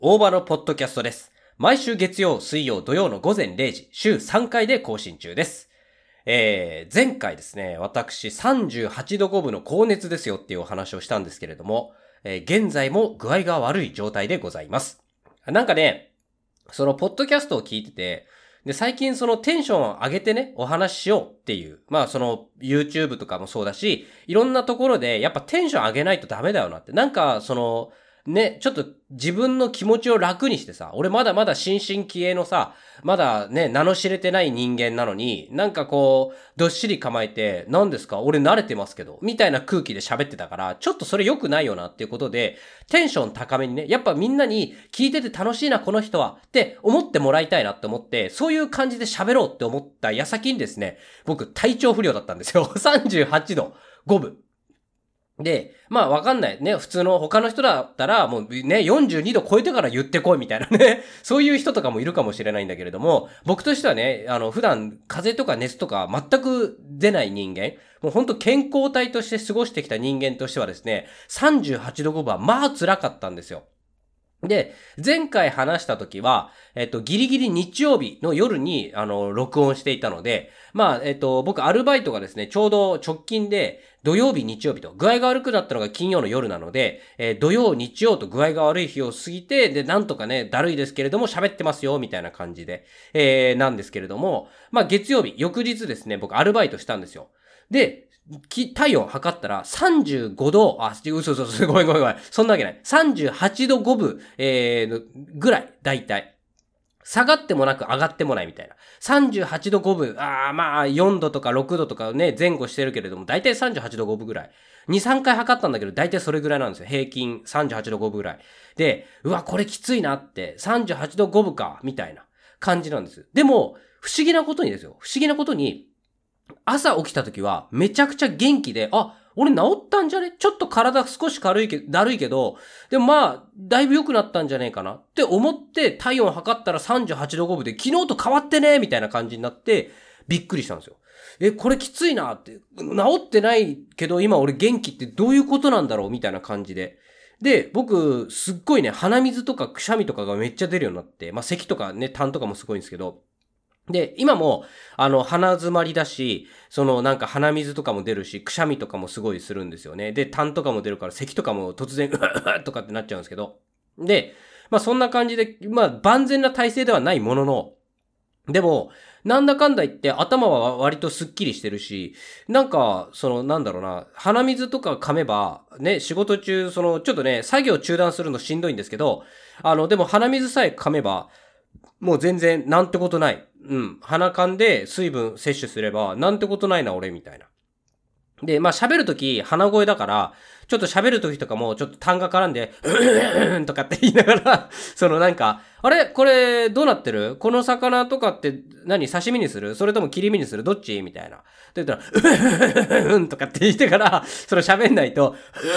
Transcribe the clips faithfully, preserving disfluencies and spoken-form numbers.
大場のポッドキャストです。毎週月曜、水曜、土曜の午前れいじ、週さんかいで更新中です。えー、前回ですね、私さんじゅうはちどごぶの高熱ですよっていうお話をしたんですけれども、えー、現在も具合が悪い状態でございます。なんかね、そのポッドキャストを聞いてて、で、最近そのテンションを上げてね、お話ししようっていう、まあその YouTube とかもそうだし、いろんなところでやっぱテンション上げないとダメだよなって、なんかその、ね、ちょっと自分の気持ちを楽にしてさ、俺まだまだ新進気鋭のさ、まだね、名の知れてない人間なのに、なんかこう、どっしり構えて、何ですか俺慣れてますけど、みたいな空気で喋ってたから、ちょっとそれ良くないよなっていうことで、テンション高めにね、やっぱみんなに聞いてて楽しいな、この人は、って思ってもらいたいなって思って、そういう感じで喋ろうって思った矢先にですね、僕体調不良だったんですよ。さんじゅうはちどごぶ。で、まあわかんないね。普通の他の人だったらもうね、よんじゅうにど超えてから言ってこいみたいなね。そういう人とかもいるかもしれないんだけれども、僕としてはね、あの普段風邪とか熱とか全く出ない人間、もうほんと健康体として過ごしてきた人間としてはですね、さんじゅうはちどごぶはまあ辛かったんですよ。で、前回話した時は、えっと、ギリギリ日曜日の夜に、あの、録音していたので、まあ、えっと、僕、アルバイトがですね、ちょうど直近で、土曜日、日曜日と、具合が悪くなったのが金曜の夜なので、えー、土曜、日曜と具合が悪い日を過ぎて、で、なんとかね、だるいですけれども、喋ってますよ、みたいな感じで、えー、なんですけれども、まあ、月曜日、翌日ですね、僕、アルバイトしたんですよ。で、体温測ったらさんじゅうごど、あ、嘘嘘嘘、ごめんごめんごめん。そんなわけない。さんじゅうはちどごぶ、えー、ぐらい、だいたい。下がってもなく上がってもないみたいな。さんじゅうはちどごぶ、あーまあよんどとかろくどとかね、前後してるけれども、だいたいさんじゅうはちどごぶぐらい。に、さんかい測ったんだけど、だいたいそれぐらいなんですよ。平均さんじゅうはちどごぶぐらい。で、うわ、これきついなって、さんじゅうはちどごぶか、みたいな感じなんです。でも、不思議なことにですよ。不思議なことに、朝起きた時はめちゃくちゃ元気で、あ、俺治ったんじゃね？ちょっと体少し軽いけど、だるいけど、でもまあ、だいぶ良くなったんじゃねえかなって思って体温測ったらさんじゅうはちどごぶで昨日と変わってねみたいな感じになってびっくりしたんですよ。え、これきついなって。治ってないけど今俺元気ってどういうことなんだろうみたいな感じで。で、僕、すっごいね、鼻水とかくしゃみとかがめっちゃ出るようになって、まあ咳とかね、痰とかもすごいんですけど、で、今も、あの、鼻詰まりだし、その、なんか鼻水とかも出るし、くしゃみとかもすごいするんですよね。で、痰とかも出るから、咳とかも突然、うわうわとかってなっちゃうんですけど。で、まあそんな感じで、まあ万全な体制ではないものの、でも、なんだかんだ言って頭は割とスッキリしてるし、なんか、その、なんだろうな、鼻水とか噛めば、ね、仕事中、その、ちょっとね、作業中断するのしんどいんですけど、あの、でも鼻水さえ噛めば、もう全然なんてことない。うん。鼻かんで水分摂取すればなんてことないな俺みたいな。で、まあ喋るとき鼻声だから、ちょっと喋るときとかもちょっと痰が絡んで、うーんとかって言いながら、そのなんか、あれこれどうなってる？この魚とかって何刺身にする？それとも切り身にする？どっち？みたいな。って言ったら、うーんとかって言ってから、その喋んないと、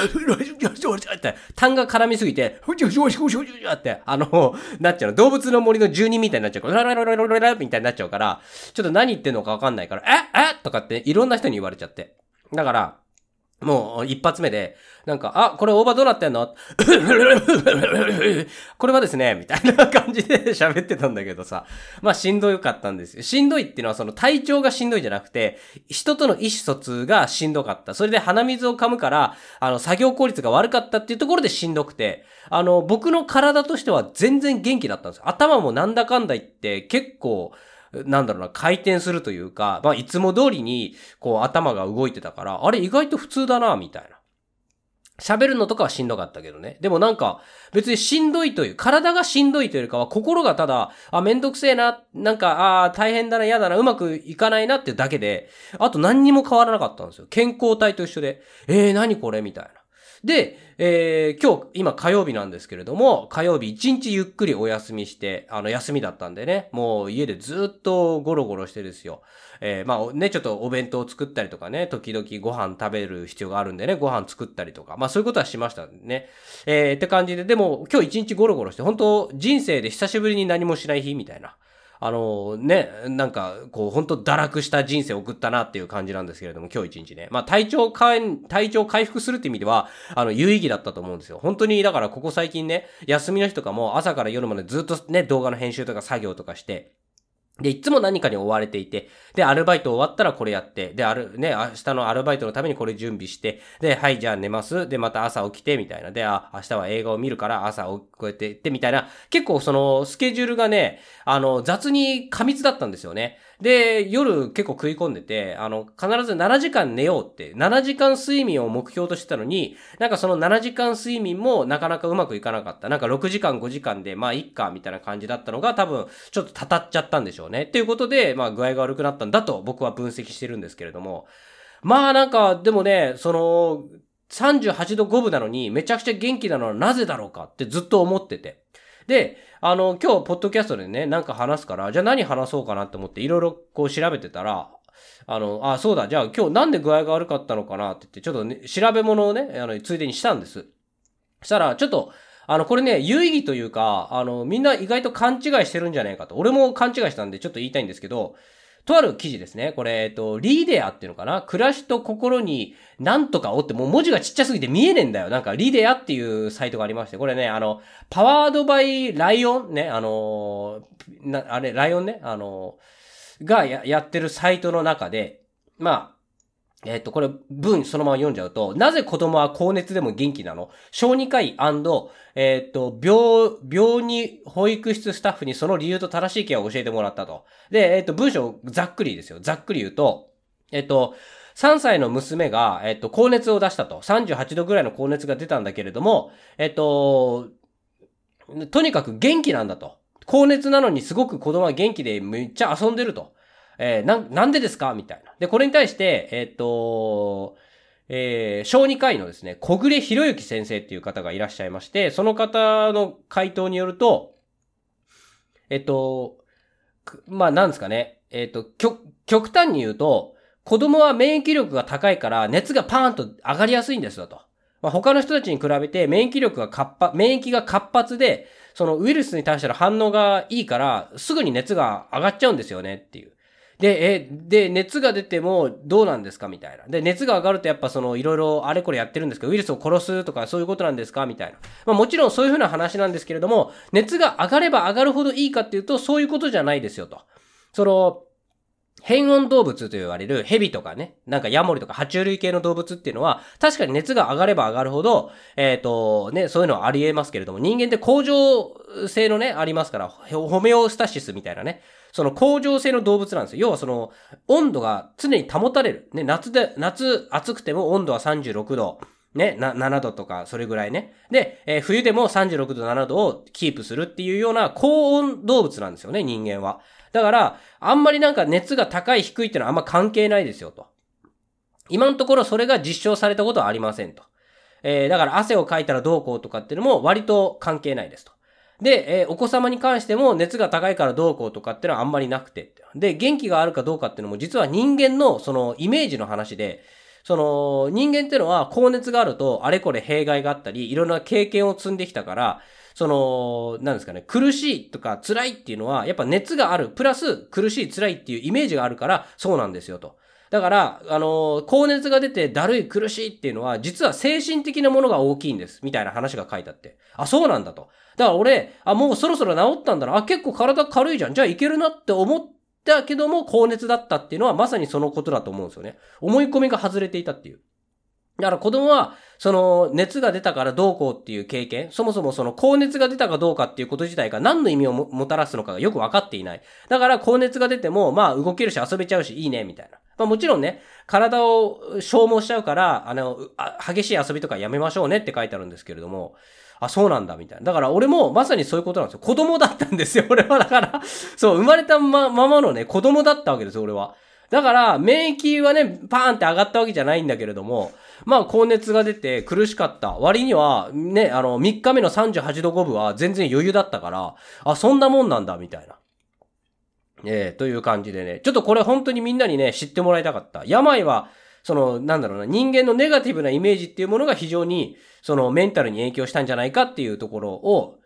痰が絡みすぎて、って、あの、なっちゃう。動物の森の住人みたいになっちゃうから、ラララララララみたいになっちゃうから、ちょっと何言ってんのかわかんないから、ええとかっていろんな人に言われちゃって。だから、もう一発目で、なんか、あ、これ大葉どうなってんのこれはですね、みたいな感じで喋ってたんだけどさ。まあしんどいかったんですよ。しんどいっていうのはその体調がしんどいじゃなくて、人との意思疎通がしんどかった。それで鼻水を噛むから、あの、作業効率が悪かったっていうところでしんどくて、あの、僕の体としては全然元気だったんですよ。頭もなんだかんだ言って結構、なんだろうな、回転するというか、まあ、いつも通りに、こう、頭が動いてたから、あれ意外と普通だな、みたいな。喋るのとかはしんどかったけどね。でもなんか、別にしんどいという、体がしんどいというよりかは、心がただ、あ、めんどくせえな、なんか、あ大変だな、嫌だな、うまくいかないなっていうだけで、あと何にも変わらなかったんですよ。健康体と一緒で、えー、何これみたいな。で、えー、今日、今火曜日なんですけれども、火曜日一日ゆっくりお休みして、あの、休みだったんでね、もう家でずっとゴロゴロしてですよ。えー、まあね、ちょっとお弁当を作ったりとかね、時々ご飯食べる必要があるんでね、ご飯作ったりとか、まあそういうことはしましたね。えー、って感じで、でも今日一日ゴロゴロして、本当人生で久しぶりに何もしない日みたいな。 あのね、なんか、こう、本当堕落した人生を送ったなっていう感じなんですけれども、今日一日ね。まあ、体調回、体調回復するって意味では、あの、有意義だったと思うんですよ。本当に、だからここ最近ね、休みの日とかも朝から夜までずっとね、動画の編集とか作業とかして、で、いつも何かに追われていて、で、アルバイト終わったらこれやって、で、ある、ね、明日のアルバイトのためにこれ準備して、で、はい、じゃあ寝ます。で、また朝起きて、みたいな。で、あ、明日は映画を見るから朝をこうやってって、みたいな。結構その、スケジュールがね、あの、雑に過密だったんですよね。で、夜結構食い込んでて、あの、必ずしちじかん寝ようって、しちじかん睡眠を目標としてたのに、なんかそのしちじかん睡眠もなかなかうまくいかなかった。なんかろくじかんごじかんで、まあいっか、みたいな感じだったのが多分、ちょっとたたっちゃったんでしょうね。っていうことで、まあ具合が悪くなったんだと僕は分析してるんですけれども。まあなんか、でもね、その、さんじゅうはちどごぶなのにめちゃくちゃ元気なのはなぜだろうかってずっと思ってて。で、あの、今日、ポッドキャストでね、なんか話すから、じゃあ何話そうかなって思って、いろいろこう調べてたら、あの、あ、そうだ、じゃあ今日なんで具合が悪かったのかなって言って、ちょっとね、調べ物をね、あの、ついでにしたんです。したら、ちょっと、あの、これね、有意義というか、あの、みんな意外と勘違いしてるんじゃないかと。俺も勘違いしたんで、ちょっと言いたいんですけど、とある記事ですね。これ、えっと、リーデアっていうのかな？暮らしと心になんとかをって、もう文字がちっちゃすぎて見えねえんだよ。なんか、リデアっていうサイトがありまして、これね、あの、パワードバイライオンね、あのー、な、あれ、ライオンね、あのー、がや、やってるサイトの中で、まあ、えっと、これ、文そのまま読んじゃうと、なぜ子供は高熱でも元気なの？小児科医&、えっと、病、病に保育室スタッフにその理由と正しいケアを教えてもらったと。で、えっと、文章ざっくりですよ。ざっくり言うと、えっと、さんさいの娘が、えっと、高熱を出したと。さんじゅうはちどぐらいの高熱が出たんだけれども、えっと、とにかく元気なんだと。高熱なのにすごく子供は元気でめっちゃ遊んでると。えー、な、なんでですかみたいな。で、これに対して、えっと、えー、小児科医のですね、小暮博之先生っていう方がいらっしゃいまして、その方の回答によると、えっと、まあ、なんですかね。えっと、極、極端に言うと、子供は免疫力が高いから熱がパーンと上がりやすいんですよと。まあ、他の人たちに比べて免疫力が活発、免疫が活発で、そのウイルスに対しての反応がいいから、すぐに熱が上がっちゃうんですよねっていう。で、え、で、熱が出てもどうなんですかみたいな。で、熱が上がるとやっぱそのいろいろあれこれやってるんですけど、ウイルスを殺すとかそういうことなんですかみたいな。まあもちろんそういうふうな話なんですけれども、熱が上がれば上がるほどいいかっていうと、そういうことじゃないですよと。その、変温動物と言われるヘビとかね、なんかヤモリとか爬虫類系の動物っていうのは、確かに熱が上がれば上がるほど、えっと、ね、そういうのはあり得ますけれども、人間って恒常性のね、ありますから、ホメオスタシスみたいなね、その恒常性の動物なんですよ。要はその、温度が常に保たれる。ね、夏で、夏暑くても温度はさんじゅうろくど。ね、な、ななどとか、それぐらいね。で、えー、冬でもさんじゅうろくど、ななどをキープするっていうような高温動物なんですよね、人間は。だから、あんまりなんか熱が高い低いってのはあんま関係ないですよと。今のところそれが実証されたことはありませんと。えー、だから汗をかいたらどうこうとかっていうのも割と関係ないですと。で、えー、お子様に関しても熱が高いからどうこうとかっていうのはあんまりなくて。で、元気があるかどうかっていうのも実は人間のそのイメージの話で、その人間っていうのは高熱があるとあれこれ弊害があったり、いろんな経験を積んできたから、その、なんですかね、苦しいとか辛いっていうのは、やっぱ熱がある、プラス苦しい辛いっていうイメージがあるから、そうなんですよと。だから、あの、高熱が出てだるい苦しいっていうのは、実は精神的なものが大きいんです。みたいな話が書いてあって。あ、そうなんだと。だから俺、あ、もうそろそろ治ったんだな。あ、結構体軽いじゃん。じゃあいけるなって思ったけども、高熱だったっていうのはまさにそのことだと思うんですよね。思い込みが外れていたっていう。だから子供は、その熱が出たからどうこうっていう経験、そもそもその高熱が出たかどうかっていうこと自体が何の意味をももたらすのかがよくわかっていない。だから高熱が出ても、まあ動けるし遊べちゃうしいいね、みたいな。まあもちろんね、体を消耗しちゃうから、あの、あ激しい遊びとかやめましょうねって書いてあるんですけれども、あ、そうなんだ、みたいな。だから俺もまさにそういうことなんですよ。子供だったんですよ、俺は。だから、そう、生まれたま、ままのね、子供だったわけですよ、俺は。だから、免疫はね、パーンって上がったわけじゃないんだけれども、まあ、高熱が出て苦しかった。割には、ね、あの、みっかめのさんじゅうはちどごぶは全然余裕だったから、あ、そんなもんなんだ、みたいな。えー、という感じでね、ちょっとこれ本当にみんなにね、知ってもらいたかった。病は、その、なんだろうな、人間のネガティブなイメージっていうものが非常に、その、メンタルに影響したんじゃないかっていうところを、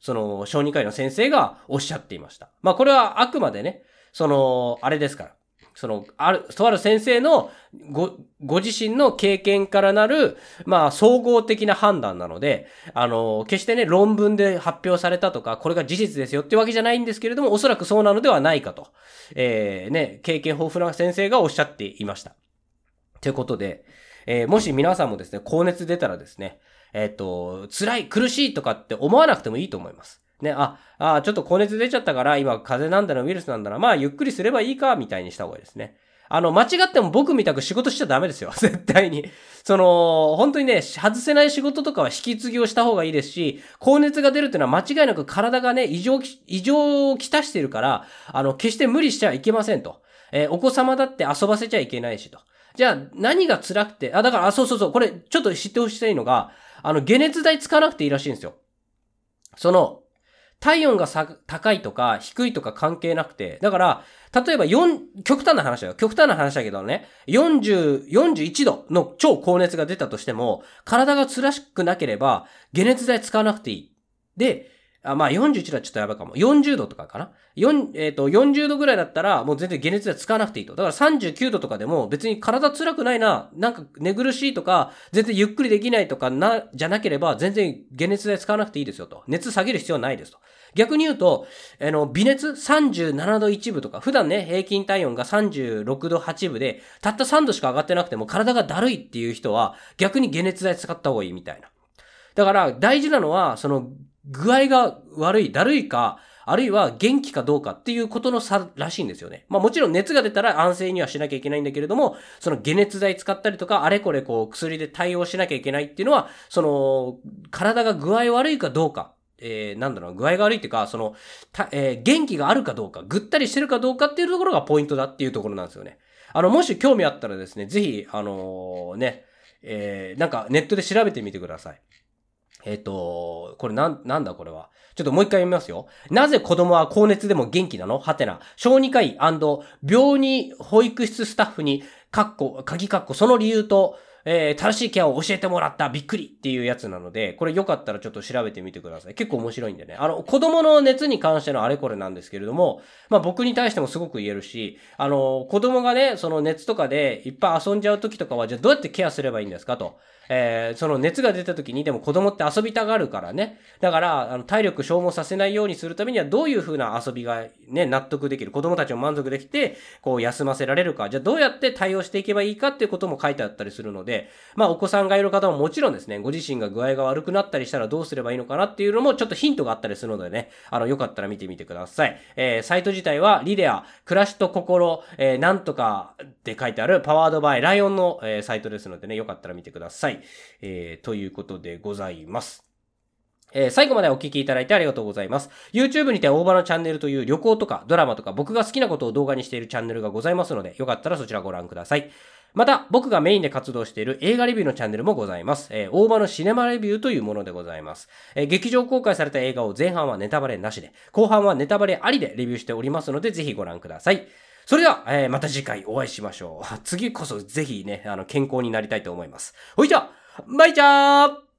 その、小児科医の先生がおっしゃっていました。まあ、これはあくまでね、その、あれですから。その、ある、とある先生の、ご、ご自身の経験からなる、まあ、総合的な判断なので、あの、決してね、論文で発表されたとか、これが事実ですよってわけじゃないんですけれども、おそらくそうなのではないかと、えー、ね、経験豊富な先生がおっしゃっていました。ということで、えー、もし皆さんもですね、高熱出たらですね、えっと、辛い、苦しいとかって思わなくてもいいと思います。ね、あ、あ、ちょっと高熱出ちゃったから、今風邪なんだな、ウイルスなんだな、まあゆっくりすればいいか、みたいにした方がいいですね。あの、間違っても僕みたく仕事しちゃダメですよ。絶対に。その、本当にね、外せない仕事とかは引き継ぎをした方がいいですし、高熱が出るっていうのは間違いなく体がね、異常、異常をきたしているから、あの、決して無理しちゃいけませんと。えー、お子様だって遊ばせちゃいけないしと。じゃあ、何が辛くて、あ、だから、あ、そうそうそう、これ、ちょっと知ってほしいのが、あの、解熱剤使わなくていいらしいんですよ。その、体温がさ高いとか低いとか関係なくて、だから、例えばよん、極端な話だよ。極端な話だけどね、よんじゅう、よんじゅういちどの超高熱が出たとしても、体が辛くなければ、解熱剤使わなくていい。で、あ、まあよんじゅういちどはちょっとやばいかも。よんじゅうどとかかな。よん、えっと、よんじゅうどぐらいだったら、もう全然解熱剤使わなくていいと。だからさんじゅうきゅうどとかでも別に体辛くないな、なんか寝苦しいとか、全然ゆっくりできないとかな、じゃなければ全然解熱剤使わなくていいですよと。熱下げる必要はないですと。逆に言うと、あの、微熱さんじゅうななどいちぶとか、普段ね、平均体温がさんじゅうろくどはちぶで、たったさんどしか上がってなくても体がだるいっていう人は、逆に解熱剤使った方がいいみたいな。だから、大事なのは、その、具合が悪い、だるいか、あるいは元気かどうかっていうことの差らしいんですよね。まあもちろん熱が出たら安静にはしなきゃいけないんだけれども、その解熱剤使ったりとか、あれこれこう薬で対応しなきゃいけないっていうのは、その、体が具合悪いかどうか。えー、なんだろう、具合が悪いっていうか、その、た、えー、元気があるかどうか、ぐったりしてるかどうかっていうところがポイントだっていうところなんですよね。あの、もし興味あったらですね、ぜひ、あのー、ね、えー、なんかネットで調べてみてください。えっと、これなん、なんだこれは。ちょっともう一回読みますよ。なぜ子供は高熱でも元気なのはてな。小児科医&病に保育室スタッフに、かっこ、鍵かっこ、その理由と、えー、正しいケアを教えてもらった。びっくりっていうやつなので、これよかったらちょっと調べてみてください。結構面白いんでね。あの、子供の熱に関してのあれこれなんですけれども、まあ僕に対してもすごく言えるし、あの、子供がね、その熱とかでいっぱい遊んじゃう時とかは、じゃあどうやってケアすればいいんですかと。えー、その熱が出た時にでも子供って遊びたがるからね。だから、あの、体力消耗させないようにするためにはどういう風な遊びがね、納得できる。子供たちも満足できて、こう休ませられるか。じゃあどうやって対応していけばいいかっていうことも書いてあったりするので、まあお子さんがいる方ももちろんですね、ご自身が具合が悪くなったりしたらどうすればいいのかなっていうのもちょっとヒントがあったりするのでね、あの、よかったら見てみてください。えー、サイト自体はリデア、暮らしと心、えー、なんとかって書いてあるパワードバイライオンの、えー、サイトですのでね、よかったら見てください。えー、ということでございます。えー、最後までお聞きいただいてありがとうございます。YouTube にて大場のチャンネルという旅行とかドラマとか僕が好きなことを動画にしているチャンネルがございますので、よかったらそちらご覧ください。また、僕がメインで活動している映画レビューのチャンネルもございます。えー、大場のシネマレビューというものでございます。えー、劇場公開された映画を前半はネタバレなしで、後半はネタバレありでレビューしておりますので、ぜひご覧ください。それでは、えー、また次回お会いしましょう。次こそぜひね、あの、健康になりたいと思います。ほいじゃ、バイチャー